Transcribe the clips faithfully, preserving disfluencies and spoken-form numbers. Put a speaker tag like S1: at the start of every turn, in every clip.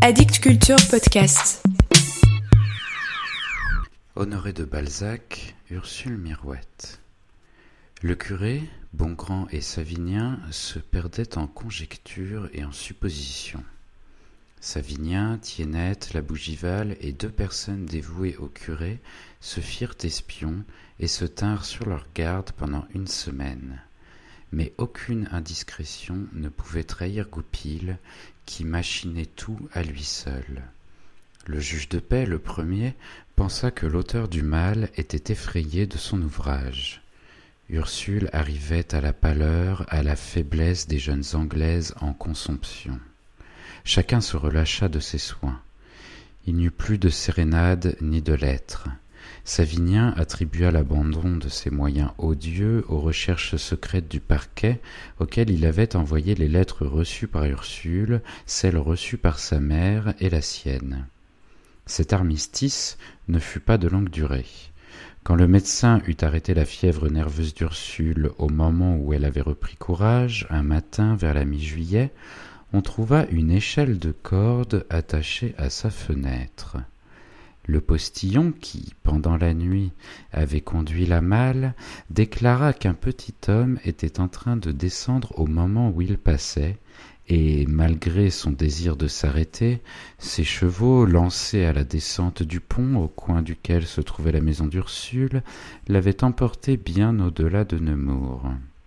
S1: Addict Culture Podcast.
S2: Honoré de Balzac, Ursule Mirouette. Le curé, Bongrand et Savinien se perdaient en conjectures et en suppositions. Savinien, Tiennette, la Bougival et deux personnes dévouées au curé se firent espions et se tinrent sur leur garde pendant une semaine. Mais aucune indiscrétion ne pouvait trahir Goupil, qui machinait tout à lui seul. Le juge de paix, le premier, pensa que l'auteur du mal était effrayé de son ouvrage. Ursule arrivait à la pâleur, à la faiblesse des jeunes Anglaises en consomption. Chacun se relâcha de ses soins. Il n'y eut plus de sérénade ni de lettres. Savinien attribua l'abandon de ses moyens odieux aux recherches secrètes du parquet, auquel il avait envoyé les lettres reçues par Ursule, celles reçues par sa mère et la sienne. Cet armistice ne fut pas de longue durée. Quand le médecin eut arrêté la fièvre nerveuse d'Ursule au moment où elle avait repris courage, un matin vers la mi-juillet, on trouva une échelle de corde attachée à sa fenêtre. Le postillon qui, pendant la nuit, avait conduit la malle, déclara qu'un petit homme était en train de descendre au moment où il passait, et, malgré son désir de s'arrêter, ses chevaux, lancés à la descente du pont au coin duquel se trouvait la maison d'Ursule, l'avaient emporté bien au-delà de Nemours.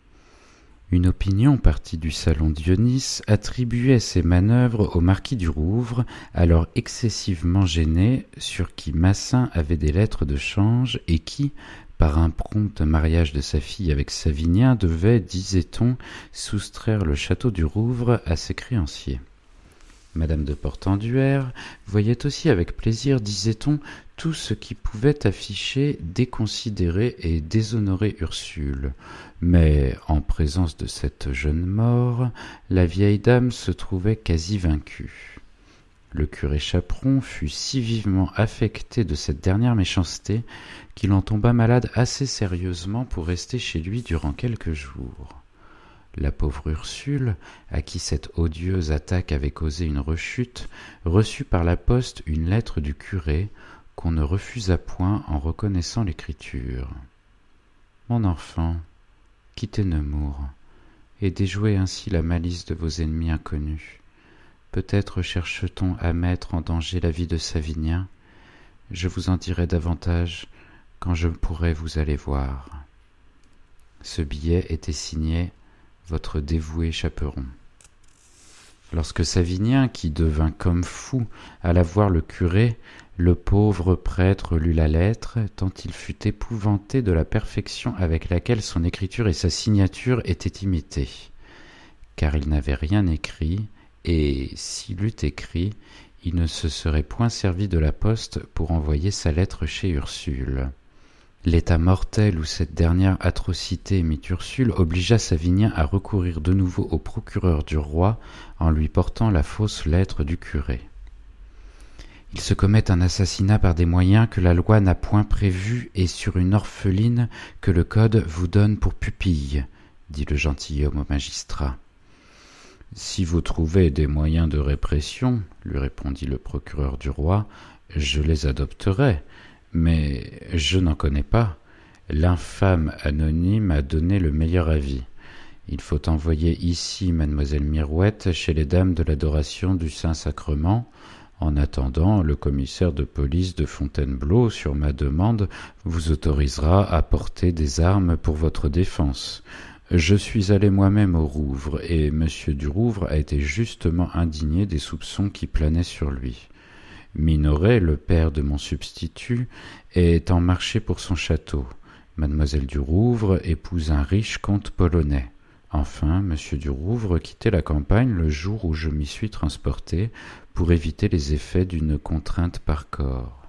S2: Une opinion partie du salon Dionis attribuait ces manœuvres au marquis du Rouvre, alors excessivement gêné, sur qui Massin avait des lettres de change et qui, par un prompt mariage de sa fille avec Savinien, devait, disait-on, soustraire le château du Rouvre à ses créanciers. Madame de Portenduère voyait aussi avec plaisir, disait-on, tout ce qui pouvait afficher, déconsidérer et déshonorer Ursule. Mais, en présence de cette jeune mort, la vieille dame se trouvait quasi vaincue. Le curé Chaperon fut si vivement affecté de cette dernière méchanceté qu'il en tomba malade assez sérieusement pour rester chez lui durant quelques jours. La pauvre Ursule, à qui cette odieuse attaque avait causé une rechute, reçut par la poste une lettre du curé qu'on ne refusa point en reconnaissant l'écriture. « Mon enfant, quittez Nemours, et déjouez ainsi la malice de vos ennemis inconnus. Peut-être cherche-t-on à mettre en danger la vie de Savinien. Je vous en dirai davantage quand je pourrai vous aller voir. » Ce billet était signé « Votre dévoué Chaperon ». Lorsque Savinien, qui devint comme fou, alla voir le curé, le pauvre prêtre lut la lettre, tant il fut épouvanté de la perfection avec laquelle son écriture et sa signature étaient imitées. Car il n'avait rien écrit, et s'il eût écrit, il ne se serait point servi de la poste pour envoyer sa lettre chez Ursule. L'état mortel où cette dernière atrocité mit Ursule obligea Savinien à recourir de nouveau au procureur du roi en lui portant la fausse lettre du curé. « Il se commet un assassinat par des moyens que la loi n'a point prévus et sur une orpheline que le code vous donne pour pupille, » dit le gentilhomme au magistrat. « Si vous trouvez des moyens de répression, » lui répondit le procureur du roi, « je les adopterai. Mais je n'en connais pas. L'infâme anonyme a donné le meilleur avis. Il faut envoyer ici mademoiselle Mirouette chez les dames de l'adoration du Saint-Sacrement. En attendant, le commissaire de police de Fontainebleau, sur ma demande, vous autorisera à porter des armes pour votre défense. Je suis allé moi-même au Rouvre, et monsieur du Rouvre a été justement indigné des soupçons qui planaient sur lui. Minoret, le père de mon substitut, est en marché pour son château. Mademoiselle du Rouvre épouse un riche comte polonais. Enfin, monsieur du Rouvre quittait la campagne le jour où je m'y suis transporté pour éviter les effets d'une contrainte par corps.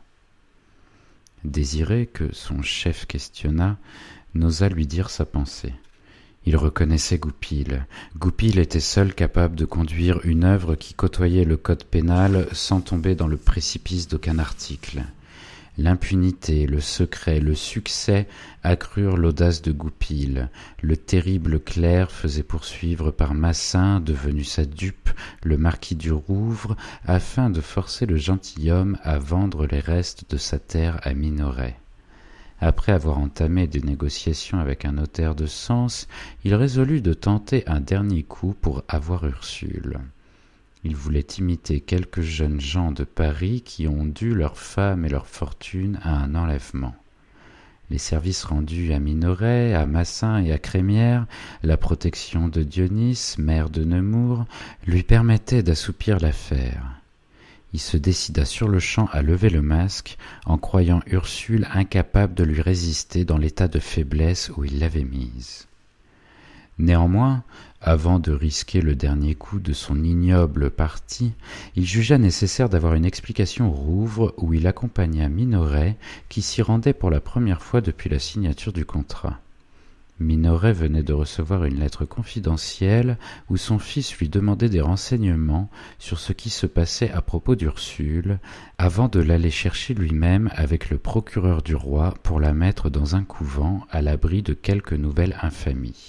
S2: Désiré, que son chef questionna, n'osa lui dire sa pensée. Il reconnaissait Goupil. Goupil était seul capable de conduire une œuvre qui côtoyait le code pénal sans tomber dans le précipice d'aucun article. L'impunité, le secret, le succès accrurent l'audace de Goupil. Le terrible clerc faisait poursuivre par Massin, devenu sa dupe, le marquis du Rouvre, afin de forcer le gentilhomme à vendre les restes de sa terre à Minoret. Après avoir entamé des négociations avec un notaire de Sens, il résolut de tenter un dernier coup pour avoir Ursule. Il voulait imiter quelques jeunes gens de Paris qui ont dû leur femme et leur fortune à un enlèvement. Les services rendus à Minoret, à Massin et à Crémière, la protection de Dionis, maire de Nemours, lui permettaient d'assoupir l'affaire. Il se décida sur-le-champ à lever le masque, en croyant Ursule incapable de lui résister dans l'état de faiblesse où il l'avait mise. Néanmoins, avant de risquer le dernier coup de son ignoble parti, il jugea nécessaire d'avoir une explication au Rouvre où il accompagna Minoret, qui s'y rendait pour la première fois depuis la signature du contrat. Minoret venait de recevoir une lettre confidentielle où son fils lui demandait des renseignements sur ce qui se passait à propos d'Ursule, avant de l'aller chercher lui-même avec le procureur du roi pour la mettre dans un couvent à l'abri de quelque nouvelle infamie.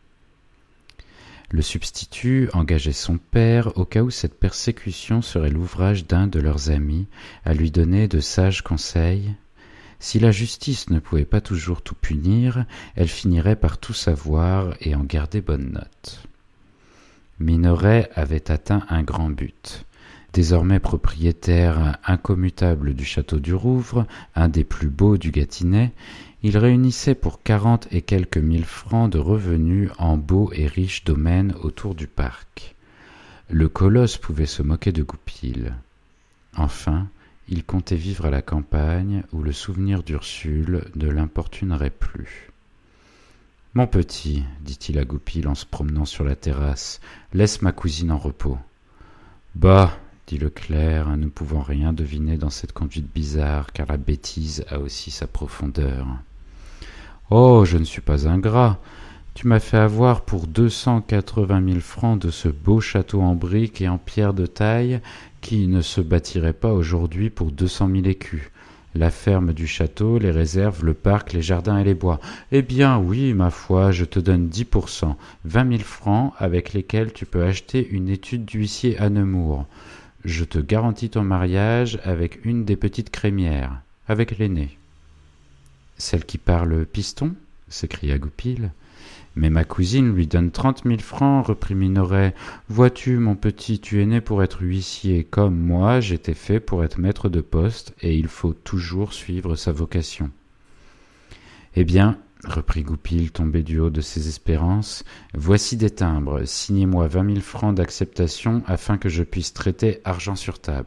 S2: Le substitut engageait son père, au cas où cette persécution serait l'ouvrage d'un de leurs amis, à lui donner de sages conseils. Si la justice ne pouvait pas toujours tout punir, elle finirait par tout savoir et en garder bonne note. Minoret avait atteint un grand but. Désormais propriétaire incommutable du château du Rouvre, un des plus beaux du Gâtinais, il réunissait pour quarante et quelques mille francs de revenus en beaux et riches domaines autour du parc. Le colosse pouvait se moquer de Goupil. Enfin, il comptait vivre à la campagne où le souvenir d'Ursule ne l'importunerait plus. « Mon petit, dit-il à Goupil en se promenant sur la terrasse, laisse ma cousine en repos. »« Bah, dit le clerc, ne pouvant rien deviner dans cette conduite bizarre, car la bêtise a aussi sa profondeur. « Oh, je ne suis pas ingrat. Tu m'as fait avoir pour deux cent quatre-vingt mille francs de ce beau château en briques et en pierre de taille qui ne se bâtirait pas aujourd'hui pour deux cent mille écus. La ferme du château, les réserves, le parc, les jardins et les bois. Eh bien, oui, ma foi, je te donne dix pour cent, vingt mille francs avec lesquels tu peux acheter une étude d'huissier à Nemours. Je te garantis ton mariage avec une des petites crémières, avec l'aînée. »« Celle qui parle piston ?» s'écria Goupil. « Mais ma cousine lui donne trente mille francs, reprit Minoret. Vois-tu, mon petit, tu es né pour être huissier, comme moi j'étais fait pour être maître de poste, et il faut toujours suivre sa vocation. »« Eh bien, reprit Goupil, tombé du haut de ses espérances, voici des timbres, signez-moi vingt mille francs d'acceptation afin que je puisse traiter argent sur table. »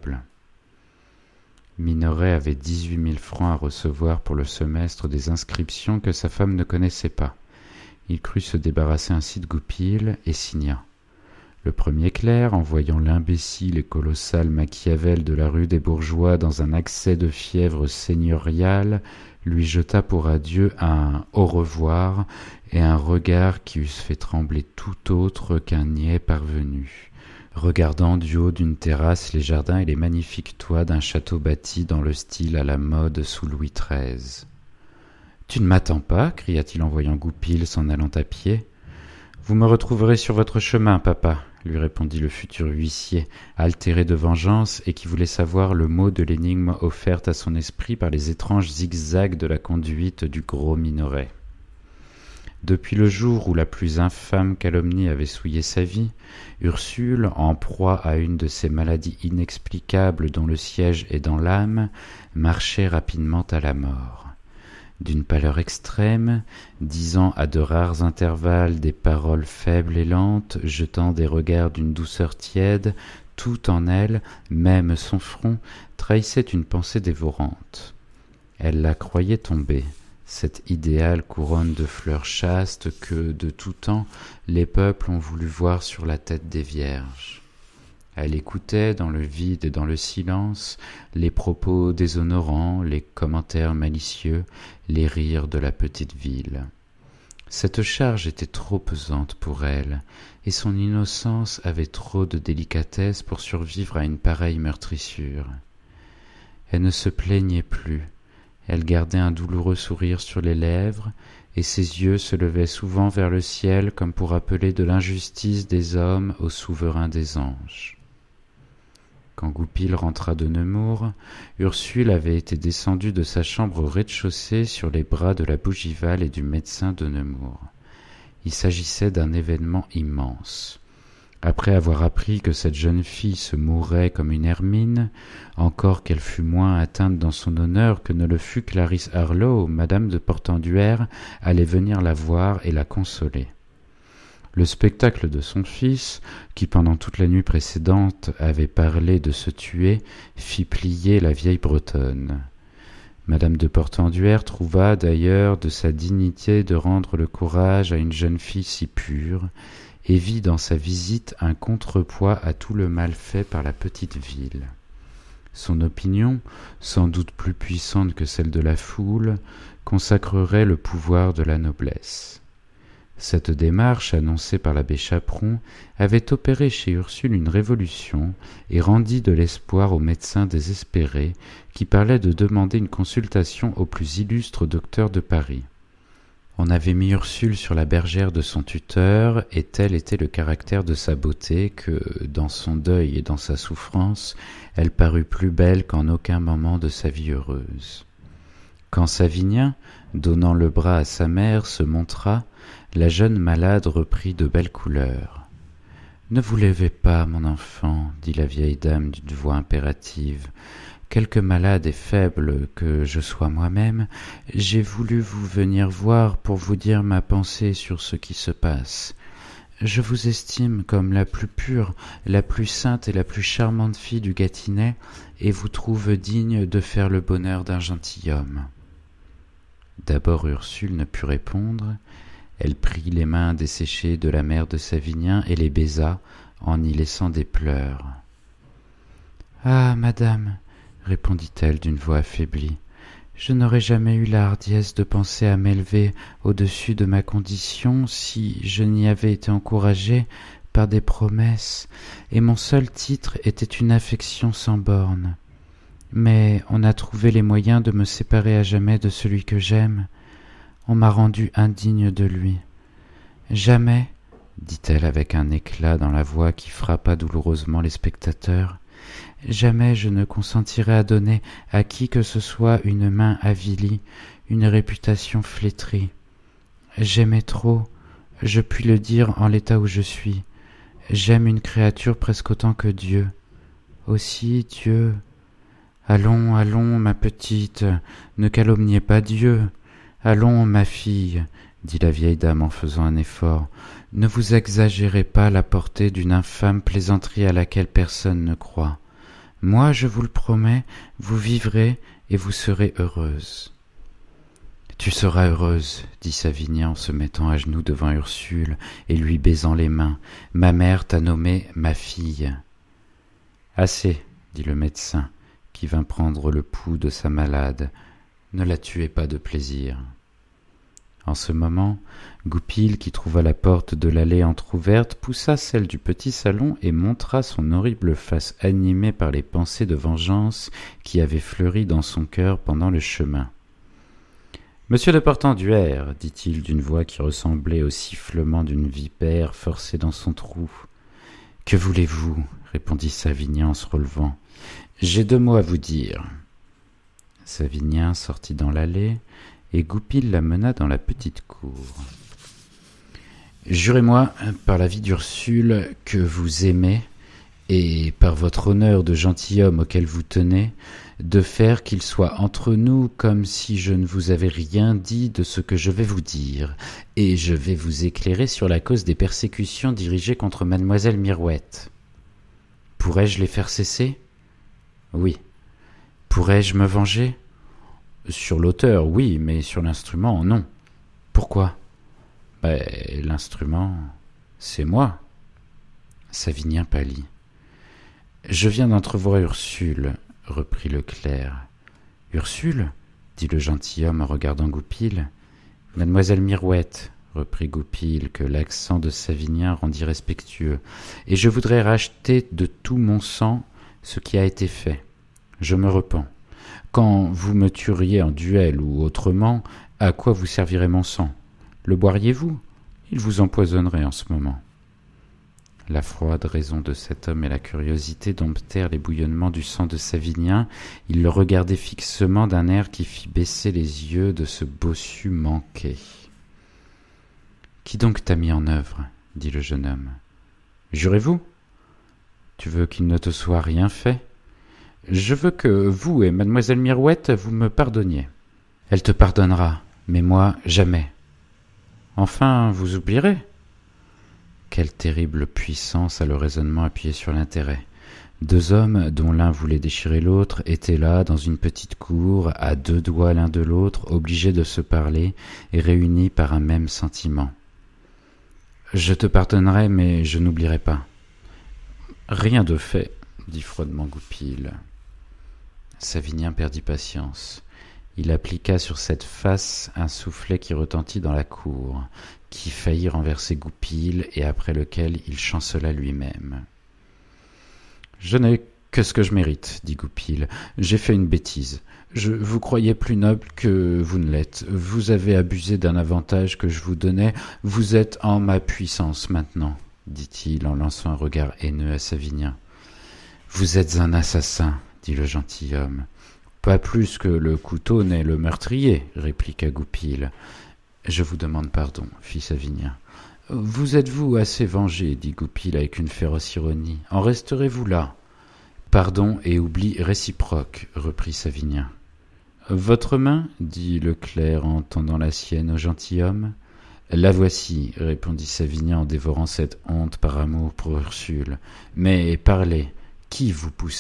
S2: Minoret avait dix-huit mille francs à recevoir pour le semestre des inscriptions que sa femme ne connaissait pas. Il crut se débarrasser ainsi de Goupil et signa. Le premier clerc, en voyant l'imbécile et colossal Machiavel de la rue des Bourgeois dans un accès de fièvre seigneuriale, lui jeta pour adieu un « au revoir » et un regard qui eussent fait trembler tout autre qu'un niais parvenu, regardant du haut d'une terrasse les jardins et les magnifiques toits d'un château bâti dans le style à la mode sous Louis treize. « Tu ne m'attends pas » cria-t-il en voyant Goupil s'en allant à pied. « Vous me retrouverez sur votre chemin, papa » lui répondit le futur huissier, altéré de vengeance et qui voulait savoir le mot de l'énigme offerte à son esprit par les étranges zigzags de la conduite du gros Minoret. Depuis le jour où la plus infâme calomnie avait souillé sa vie, Ursule, en proie à une de ces maladies inexplicables dont le siège est dans l'âme, marchait rapidement à la mort. D'une pâleur extrême, disant à de rares intervalles des paroles faibles et lentes, jetant des regards d'une douceur tiède, tout en elle, même son front, trahissait une pensée dévorante. Elle la croyait tombée, cette idéale couronne de fleurs chastes que, de tout temps, les peuples ont voulu voir sur la tête des vierges. Elle écoutait, dans le vide et dans le silence, les propos déshonorants, les commentaires malicieux, les rires de la petite ville. Cette charge était trop pesante pour elle, et son innocence avait trop de délicatesse pour survivre à une pareille meurtrissure. Elle ne se plaignait plus, Elle gardait un douloureux sourire sur les lèvres, et ses yeux se levaient souvent vers le ciel comme pour appeler de l'injustice des hommes au souverain des anges. Quand Goupil rentra de Nemours, Ursule avait été descendue de sa chambre au rez-de-chaussée sur les bras de la Bougival et du médecin de Nemours. Il s'agissait d'un événement immense. Après avoir appris que cette jeune fille se mourait comme une hermine, encore qu'elle fût moins atteinte dans son honneur que ne le fut Clarisse Harlowe, madame de Portenduère allait venir la voir et la consoler. Le spectacle de son fils, qui pendant toute la nuit précédente avait parlé de se tuer, fit plier la vieille Bretonne. Madame de Portenduère trouva d'ailleurs de sa dignité de rendre le courage à une jeune fille si pure, et vit dans sa visite un contrepoids à tout le mal fait par la petite ville. Son opinion, sans doute plus puissante que celle de la foule, consacrerait le pouvoir de la noblesse. Cette démarche, annoncée par l'abbé Chaperon, avait opéré chez Ursule une révolution et rendit de l'espoir aux médecins désespérés qui parlaient de demander une consultation au plus illustre docteur de Paris. On avait mis Ursule sur la bergère de son tuteur, et tel était le caractère de sa beauté que, dans son deuil et dans sa souffrance, elle parut plus belle qu'en aucun moment de sa vie heureuse. Quand Savinien, donnant le bras à sa mère, se montra, la jeune malade reprit de belles couleurs. « Ne vous levez pas, mon enfant, dit la vieille dame d'une voix impérative. Quelque malade et faible que je sois moi-même, j'ai voulu vous venir voir pour vous dire ma pensée sur ce qui se passe. Je vous estime comme la plus pure, la plus sainte et la plus charmante fille du Gâtinais, et vous trouve digne de faire le bonheur d'un gentilhomme. » D'abord Ursule ne put répondre. Elle prit les mains desséchées de la mère de Savinien et les baisa, en y laissant des pleurs. « Ah, madame, répondit-elle d'une voix affaiblie, je n'aurais jamais eu la hardiesse de penser à m'élever au-dessus de ma condition si je n'y avais été encouragée par des promesses, et mon seul titre était une affection sans bornes. Mais on a trouvé les moyens de me séparer à jamais de celui que j'aime. On m'a rendu indigne de lui. Jamais, dit-elle avec un éclat dans la voix qui frappa douloureusement les spectateurs, jamais je ne consentirai à donner à qui que ce soit une main avilie, une réputation flétrie. J'aimais trop, je puis le dire en l'état où je suis. J'aime une créature presque autant que Dieu. Aussi, Dieu... Allons, allons, ma petite, ne calomniez pas Dieu. Allons, ma fille, dit la vieille dame en faisant un effort, ne vous exagérez pas la portée d'une infâme plaisanterie à laquelle personne ne croit. Moi, je vous le promets, vous vivrez et vous serez heureuse. Tu seras heureuse, dit Savinien en se mettant à genoux devant Ursule et lui baisant les mains. Ma mère t'a nommée ma fille. Assez, dit le médecin, qui vint prendre le pouls de sa malade. Ne la tuez pas de plaisir. En ce moment, Goupil, qui trouva la porte de l'allée entr'ouverte, poussa celle du petit salon et montra son horrible face animée par les pensées de vengeance qui avaient fleuri dans son cœur pendant le chemin. « Monsieur de Portenduère, dit-il d'une voix qui ressemblait au sifflement d'une vipère forcée dans son trou. « Que voulez-vous » répondit Savinien en se relevant. « J'ai deux mots à vous dire. » Savinien sortit dans l'allée, et Goupil la mena dans la petite cour. « Jurez-moi, par la vie d'Ursule, que vous aimez, et par votre honneur de gentilhomme auquel vous tenez, de faire qu'il soit entre nous comme si je ne vous avais rien dit de ce que je vais vous dire, et je vais vous éclairer sur la cause des persécutions dirigées contre mademoiselle Mirouette. Pourrais-je les faire cesser ? Oui. Pourrais-je me venger ? Sur l'auteur, oui, mais sur l'instrument, non. Pourquoi ? Ben, l'instrument, c'est moi. Savinien pâlit. Je viens d'entrevoir Ursule, reprit le clerc. Ursule ? dit le gentilhomme en regardant Goupil. Mademoiselle Mirouette, reprit Goupil, que l'accent de Savinien rendit respectueux, et je voudrais racheter de tout mon sang ce qui a été fait. Je me repens. Quand vous me tueriez en duel ou autrement, à quoi vous servirait mon sang? Le boiriez-vous? Il vous empoisonnerait en ce moment. » La froide raison de cet homme et la curiosité domptèrent les bouillonnements du sang de Savinien. Il le regardait fixement d'un air qui fit baisser les yeux de ce bossu manqué. « Qui donc t'a mis en œuvre ?» dit le jeune homme. « Jurez-vous? Tu veux qu'il ne te soit rien fait? Je veux que vous et mademoiselle Mirouette vous me pardonniez. Elle te pardonnera, mais moi jamais. Enfin, vous oublierez. » Quelle terrible puissance a le raisonnement appuyé sur l'intérêt. Deux hommes, dont l'un voulait déchirer l'autre, étaient là, dans une petite cour, à deux doigts l'un de l'autre, obligés de se parler et réunis par un même sentiment. « Je te pardonnerai, mais je n'oublierai pas. »« Rien de fait, » dit froidement Goupil. Savinien perdit patience. Il appliqua sur cette face un soufflet qui retentit dans la cour, qui faillit renverser Goupil et après lequel il chancela lui-même. « Je n'ai que ce que je mérite, » dit Goupil. « J'ai fait une bêtise. Je vous croyais plus noble que vous ne l'êtes. Vous avez abusé d'un avantage que je vous donnais. Vous êtes en ma puissance maintenant, » dit-il en lançant un regard haineux à Savinien. « Vous êtes un assassin, » dit le gentilhomme. « Pas plus que le couteau n'est le meurtrier, » répliqua Goupil. « Je vous demande pardon, » fit Savinien. « Vous êtes-vous assez vengé, » dit Goupil avec une féroce ironie. « En resterez-vous là ?»« Pardon et oubli réciproque, » reprit Savinien. « Votre main, » dit le clerc en tendant la sienne au gentilhomme. « La voici, » répondit Savinien en dévorant cette honte par amour pour Ursule. « Mais parlez, qui vous poussait ?»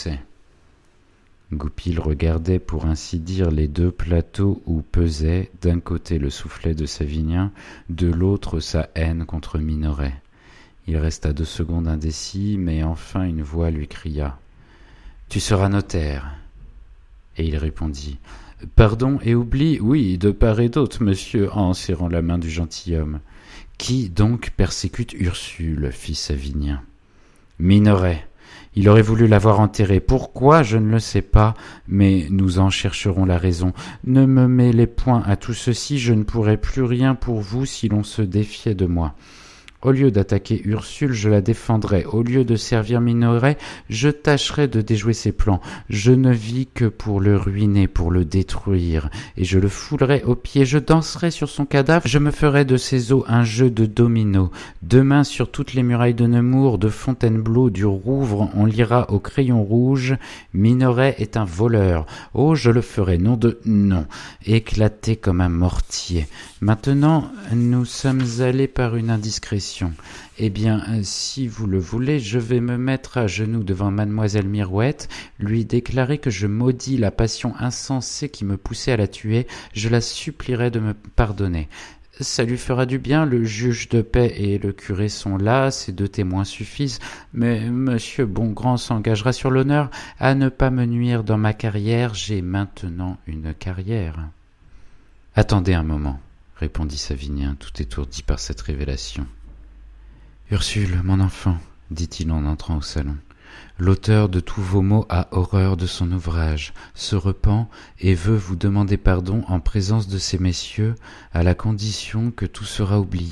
S2: Goupil regardait pour ainsi dire les deux plateaux où pesait d'un côté le soufflet de Savinien, de l'autre sa haine contre Minoret. Il resta deux secondes indécis, mais enfin une voix lui cria « Tu seras notaire !» Et il répondit « Pardon et oubli, oui, de part et d'autre, monsieur, en serrant la main du gentilhomme. »« Qui donc persécute Ursule ?» fit Savinien. « Minoret. Il aurait voulu l'avoir enterrée. Pourquoi, je ne le sais pas, mais nous en chercherons la raison. Ne me mêlez point à tout ceci, je ne pourrais plus rien pour vous si l'on se défiait de moi. Au lieu d'attaquer Ursule, je la défendrai. Au lieu de servir Minoret, je tâcherai de déjouer ses plans. Je ne vis que pour le ruiner, pour le détruire, et je le foulerai aux pieds. Je danserai sur son cadavre, je me ferai de ses os un jeu de domino. Demain, sur toutes les murailles de Nemours, de Fontainebleau, du Rouvre, on lira au crayon rouge « Minoret est un voleur ». Oh, je le ferai, nom de non, éclaté comme un mortier. Maintenant, nous sommes allés par une indiscrétion. Eh bien, si vous le voulez, je vais me mettre à genoux devant mademoiselle Mirouette, lui déclarer que je maudis la passion insensée qui me poussait à la tuer, je la supplierai de me pardonner. Ça lui fera du bien, le juge de paix et le curé sont là, ces deux témoins suffisent, mais monsieur Bongrand s'engagera sur l'honneur à ne pas me nuire dans ma carrière, j'ai maintenant une carrière. « Attendez un moment, » répondit Savinien, tout étourdi par cette révélation. « Ursule, mon enfant, » dit-il en entrant au salon, « l'auteur de tous vos maux a horreur de son ouvrage, se repent et veut vous demander pardon en présence de ces messieurs, à la condition que tout sera oublié. »«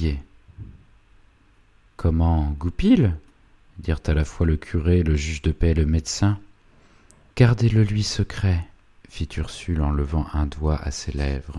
S2: Comment, Goupil ?» dirent à la fois le curé, le juge de paix et le médecin. « Gardez-le lui secret, » fit Ursule en levant un doigt à ses lèvres.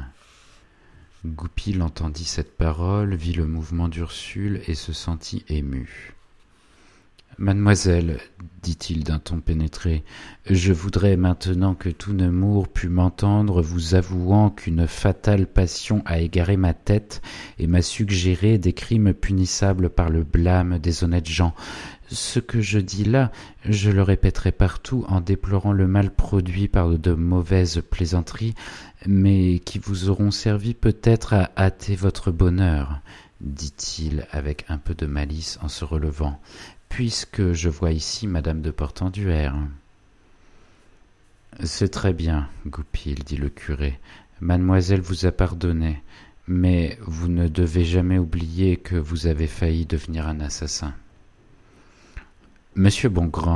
S2: Goupil entendit cette parole, vit le mouvement d'Ursule et se sentit ému. « Mademoiselle, dit-il d'un ton pénétré, je voudrais maintenant que tout Nemours pût m'entendre vous avouant qu'une fatale passion a égaré ma tête et m'a suggéré des crimes punissables par le blâme des honnêtes gens. Ce que je dis là, je le répéterai partout en déplorant le mal produit par de mauvaises plaisanteries, mais qui vous auront servi peut-être à hâter votre bonheur, dit-il avec un peu de malice en se relevant, puisque je vois ici madame de Portenduère. C'est très bien, Goupil, dit le curé. Mademoiselle vous a pardonné, mais vous ne devez jamais oublier que vous avez failli devenir un assassin. Monsieur Bongrand,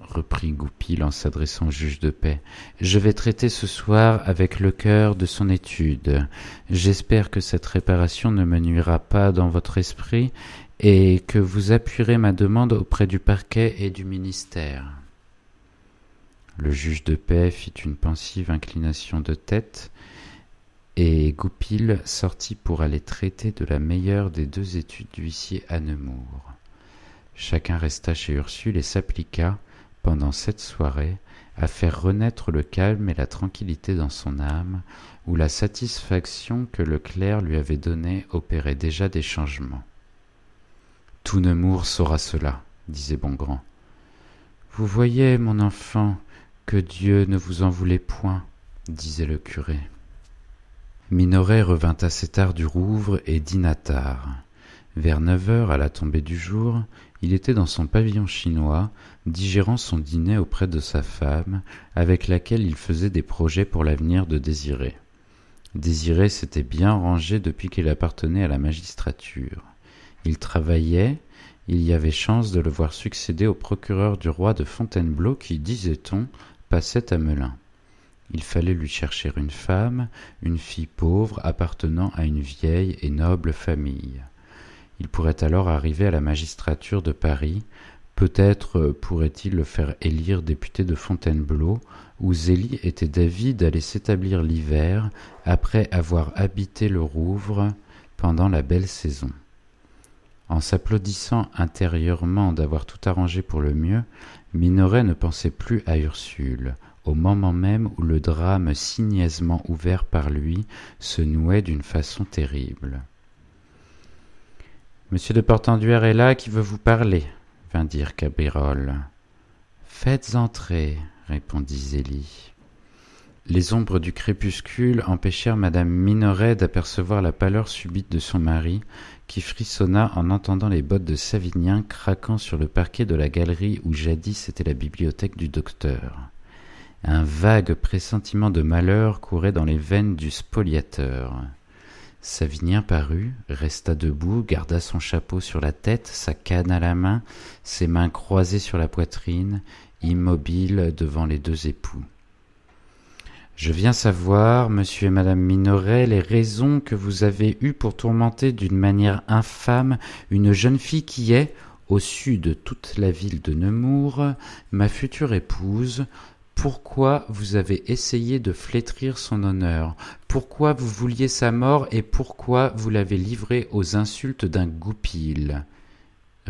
S2: reprit Goupil en s'adressant au juge de paix. « Je vais traiter ce soir avec le cœur de son étude. J'espère que cette réparation ne me nuira pas dans votre esprit et que vous appuierez ma demande auprès du parquet et du ministère. » Le juge de paix fit une pensive inclination de tête et Goupil sortit pour aller traiter de la meilleure des deux études d'huissier à Nemours. Chacun resta chez Ursule et s'appliqua, pendant cette soirée, à faire renaître le calme et la tranquillité dans son âme, où la satisfaction que le clerc lui avait donnée opérait déjà des changements. « Tout Nemours saura cela, » disait Bongrand. « Vous voyez, mon enfant, que Dieu ne vous en voulait point, » disait le curé. Minoret revint assez tard du Rouvre et dîna tard. Vers neuf heures, à la tombée du jour, il était dans son pavillon chinois, digérant son dîner auprès de sa femme, avec laquelle il faisait des projets pour l'avenir de Désiré. Désiré s'était bien rangé depuis qu'il appartenait à la magistrature. Il travaillait, il y avait chance de le voir succéder au procureur du roi de Fontainebleau qui, disait-on, passait à Melun. Il fallait lui chercher une femme, une fille pauvre appartenant à une vieille et noble famille. Il pourrait alors arriver à la magistrature de Paris, peut-être pourrait-il le faire élire député de Fontainebleau, où Zélie était d'avis d'aller s'établir l'hiver, après avoir habité le Rouvre pendant la belle saison. En s'applaudissant intérieurement d'avoir tout arrangé pour le mieux, Minoret ne pensait plus à Ursule, au moment même où le drame si niaisement ouvert par lui se nouait d'une façon terrible. « Monsieur de Portenduère est là qui veut vous parler, » vint dire Cabriole. « Faites entrer, » répondit Zélie. Les ombres du crépuscule empêchèrent madame Minoret d'apercevoir la pâleur subite de son mari, qui frissonna en entendant les bottes de Savinien craquant sur le parquet de la galerie où jadis était la bibliothèque du docteur. Un vague pressentiment de malheur courait dans les veines du spoliateur. Savinien parut, resta debout, garda son chapeau sur la tête, sa canne à la main, ses mains croisées sur la poitrine, immobile devant les deux époux. « Je viens savoir, monsieur et madame Minoret, les raisons que vous avez eues pour tourmenter d'une manière infâme une jeune fille qui est, au sud de toute la ville de Nemours, ma future épouse. Pourquoi vous avez essayé de flétrir son honneur? Pourquoi vous vouliez sa mort et pourquoi vous l'avez livrée aux insultes d'un Goupil? Répondez. »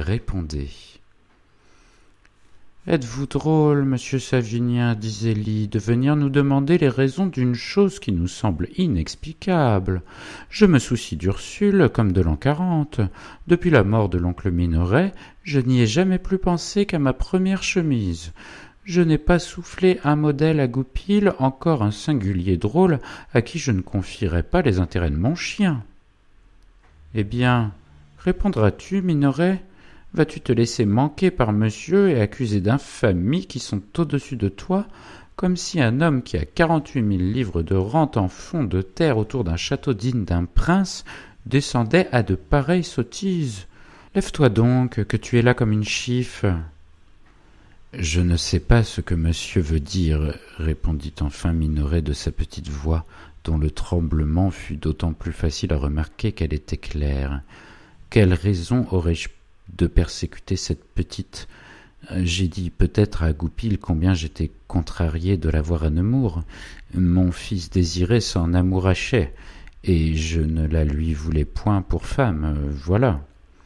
S2: « Êtes-vous drôle, monsieur Savinien, dit Zélie, de venir nous demander les raisons d'une chose qui nous semble inexplicable. Je me soucie d'Ursule comme de l'an quarante. Depuis la mort de l'oncle Minoret, je n'y ai jamais plus pensé qu'à ma première chemise. Je n'ai pas soufflé un modèle à Goupil, encore un singulier drôle à qui je ne confierais pas les intérêts de mon chien. »« Eh bien, répondras-tu, Minoret ? Vas-tu te laisser manquer par monsieur et accuser d'infamies qui sont au-dessus de toi, comme si un homme qui a quarante-huit mille livres de rente en fonds de terre autour d'un château digne d'un prince descendait à de pareilles sottises? Lève-toi donc, que tu es là comme une chiffe. »« Je ne sais pas ce que monsieur veut dire, » répondit enfin Minoret de sa petite voix, dont le tremblement fut d'autant plus facile à remarquer qu'elle était claire. « Quelle raison aurais-je de persécuter cette petite? J'ai dit peut-être à Goupil combien j'étais contrarié de la voir à Nemours. Mon fils Désiré s'en amourachait, et je ne la lui voulais point pour femme, voilà. »«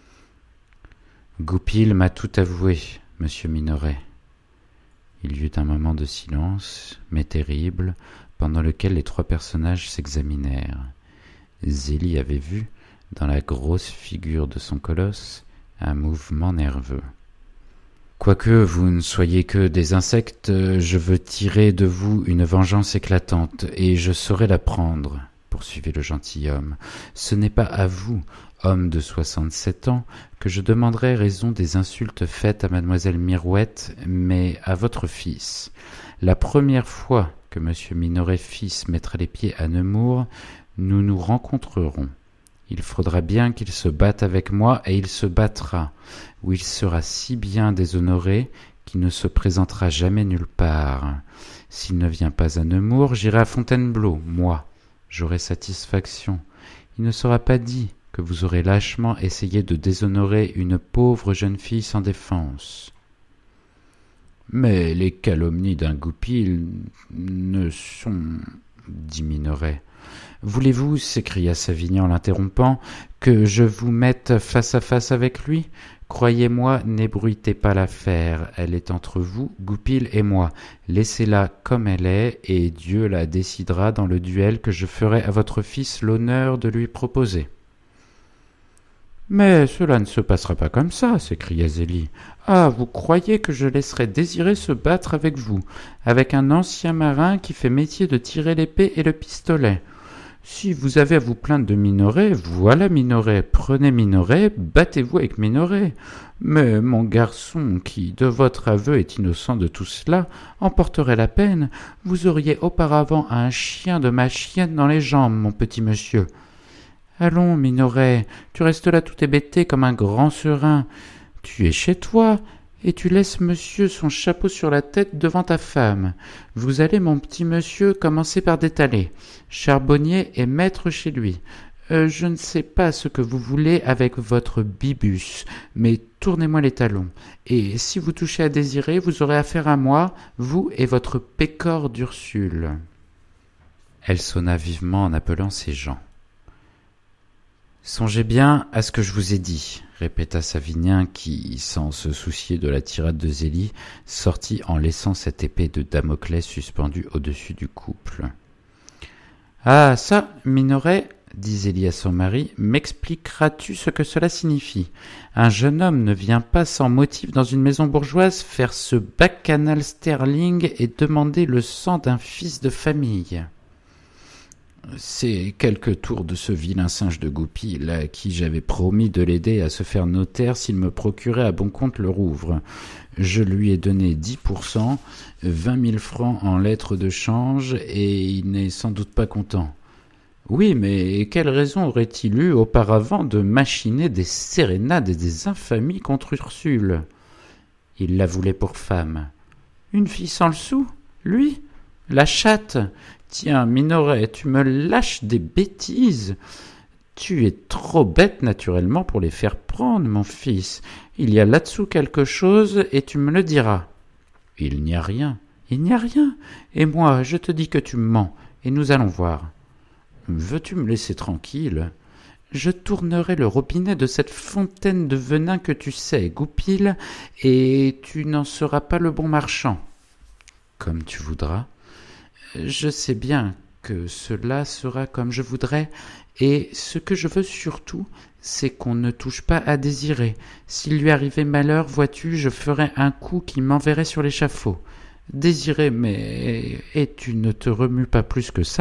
S2: Goupil m'a tout avoué, monsieur Minoret. » Il y eut un moment de silence, mais terrible, pendant lequel les trois personnages s'examinèrent. Zélie avait vu, dans la grosse figure de son colosse, un mouvement nerveux. « Quoique vous ne soyez que des insectes, je veux tirer de vous une vengeance éclatante, et je saurai la prendre, » poursuivit le gentilhomme. « Ce n'est pas à vous, homme de soixante-sept ans, que je demanderai raison des insultes faites à mademoiselle Mirouette, mais à votre fils. La première fois que monsieur Minoret fils mettra les pieds à Nemours, nous nous rencontrerons. Il faudra bien qu'il se batte avec moi, et il se battra, ou il sera si bien déshonoré qui ne se présentera jamais nulle part. S'il ne vient pas à Nemours, j'irai à Fontainebleau, moi. J'aurai satisfaction. Il ne sera pas dit que vous aurez lâchement essayé de déshonorer une pauvre jeune fille sans défense. Mais les calomnies d'un goupil ne sont... dit Minoret. Voulez-vous, s'écria Savigny en l'interrompant, que je vous mette face à face avec lui ? Croyez-moi, n'ébruitez pas l'affaire, elle est entre vous, Goupil et moi. Laissez-la comme elle est, et Dieu la décidera dans le duel que je ferai à votre fils l'honneur de lui proposer. Mais cela ne se passera pas comme ça, s'écria Zélie. Ah, vous croyez que je laisserai Désiré se battre avec vous, avec un ancien marin qui fait métier de tirer l'épée et le pistolet ? Si vous avez à vous plaindre de Minoret, voilà Minoret, prenez Minoret, battez-vous avec Minoret. Mais mon garçon, qui, de votre aveu, est innocent de tout cela, emporterait la peine. Vous auriez auparavant un chien de ma chienne dans les jambes, mon petit monsieur. Allons, Minoret, tu restes là tout hébété comme un grand serin. Tu es chez toi, et tu laisses monsieur son chapeau sur la tête devant ta femme. Vous allez, mon petit monsieur, commencer par détaler. Charbonnier est maître chez lui. Euh, je ne sais pas ce que vous voulez avec votre bibus, mais tournez-moi les talons. Et si vous touchez à Désiré, vous aurez affaire à moi, vous et votre pécore d'Ursule. Elle sonna vivement en appelant ses gens. Songez bien à ce que je vous ai dit, répéta Savinien qui, sans se soucier de la tirade de Zélie, sortit en laissant cette épée de Damoclès suspendue au-dessus du couple. « Ah, ça, Minoret, dit Zélie à son mari, m'expliqueras-tu ce que cela signifie ? Un jeune homme ne vient pas sans motif dans une maison bourgeoise faire ce bacchanal sterling et demander le sang d'un fils de famille. » C'est quelque tour de ce vilain singe de Goupil à qui j'avais promis de l'aider à se faire notaire s'il me procurait à bon compte le Rouvre. Je lui ai donné dix pour cent, vingt mille francs en lettres de change, et il n'est sans doute pas content. Oui, mais quelle raison aurait-il eu auparavant de machiner des sérénades et des infamies contre Ursule ? Il la voulait pour femme. Une fille sans le sou, lui ? La chatte ? Tiens, Minoret, tu me lâches des bêtises. Tu es trop bête naturellement pour les faire prendre, mon fils. Il y a là-dessous quelque chose et tu me le diras. Il n'y a rien, il n'y a rien. Et moi, je te dis que tu mens, et nous allons voir. Veux-tu me laisser tranquille ? Je tournerai le robinet de cette fontaine de venin que tu sais, Goupil, et tu n'en seras pas le bon marchand. Comme tu voudras. Je sais bien que cela sera comme je voudrais, et ce que je veux surtout, c'est qu'on ne touche pas à Désiré. S'il lui arrivait malheur, vois-tu, je ferais un coup qui m'enverrait sur l'échafaud. Désiré, mais... et tu ne te remues pas plus que ça ?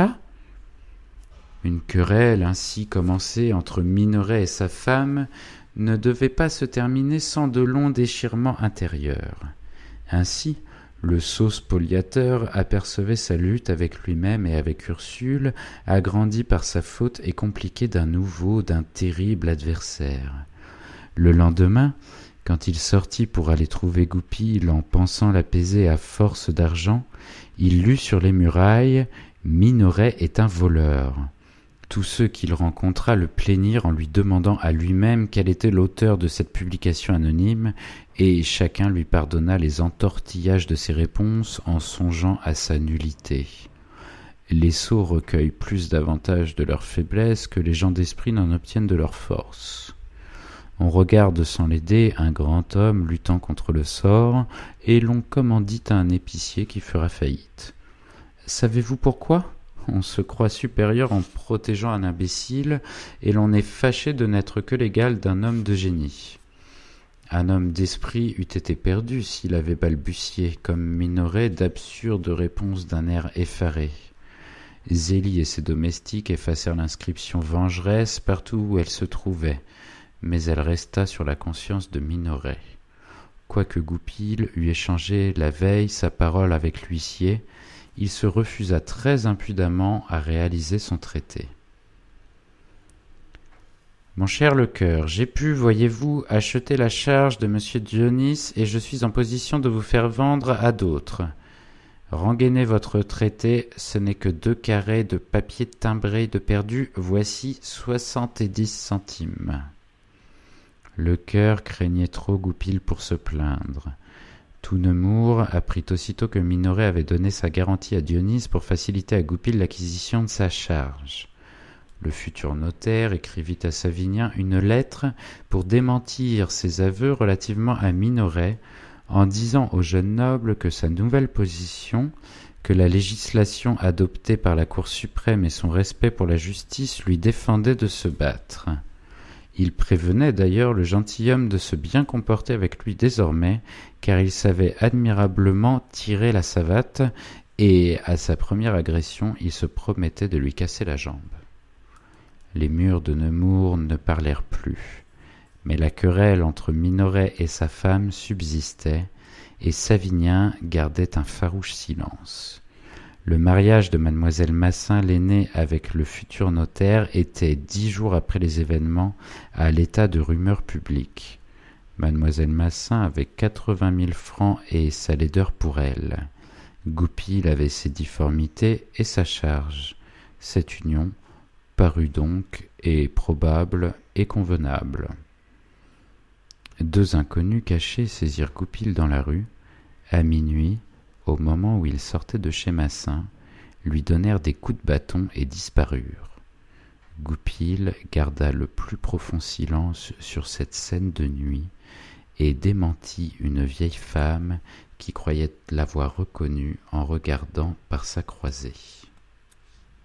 S2: Une querelle ainsi commencée entre Minoret et sa femme ne devait pas se terminer sans de longs déchirements intérieurs. Ainsi, le sot spoliateur apercevait sa lutte avec lui-même et avec Ursule, agrandie par sa faute et compliquée d'un nouveau, d'un terrible adversaire. Le lendemain, quand il sortit pour aller trouver Goupil en pensant l'apaiser à force d'argent, il lut sur les murailles « Minoret est un voleur ». Tous ceux qu'il rencontra le plaignirent en lui demandant à lui-même quel était l'auteur de cette publication anonyme, et chacun lui pardonna les entortillages de ses réponses en songeant à sa nullité. Les sots recueillent plus d'avantages de leur faiblesse que les gens d'esprit n'en obtiennent de leur force. On regarde sans l'aider un grand homme luttant contre le sort, et l'on commandit à un épicier qui fera faillite. Savez-vous pourquoi ? On se croit supérieur en protégeant un imbécile, et l'on est fâché de n'être que l'égal d'un homme de génie. Un homme d'esprit eût été perdu s'il avait balbutié, comme Minoret, d'absurdes réponses d'un air effaré. Zélie et ses domestiques effacèrent l'inscription vengeresse partout où elle se trouvait, mais elle resta sur la conscience de Minoret. Quoique Goupil eût échangé la veille sa parole avec l'huissier, il se refusa très impudemment à réaliser son traité. Mon cher Lecœur, j'ai pu, voyez-vous, acheter la charge de monsieur Dionis et je suis en position de vous faire vendre à d'autres. Rengainez votre traité, ce n'est que deux carrés de papier timbré de perdu, voici soixante-dix centimes. Lecœur craignait trop Goupil pour se plaindre. Tout Nemours apprit aussitôt que Minoret avait donné sa garantie à Dionis pour faciliter à Goupil l'acquisition de sa charge. Le futur notaire écrivit à Savinien une lettre pour démentir ses aveux relativement à Minoret, en disant au jeune noble que sa nouvelle position, que la législation adoptée par la Cour suprême et son respect pour la justice lui défendaient de se battre. Il prévenait d'ailleurs le gentilhomme de se bien comporter avec lui désormais, car il savait admirablement tirer la savate, et à sa première agression il se promettait de lui casser la jambe. Les murs de Nemours ne parlèrent plus, mais la querelle entre Minoret et sa femme subsistait, et Savinien gardait un farouche silence. Le mariage de mademoiselle Massin l'aînée avec le futur notaire était dix jours après les événements à l'état de rumeur publique. Mademoiselle Massin avait quatre-vingt mille francs et sa laideur pour elle. Goupil avait ses difformités et sa charge. Cette union parut donc et probable et convenable. Deux inconnus cachés saisirent Goupil dans la rue. À minuit, au moment où il sortait de chez Massin, lui donnèrent des coups de bâton et disparurent. Goupil garda le plus profond silence sur cette scène de nuit et démentit une vieille femme qui croyait l'avoir reconnu en regardant par sa croisée.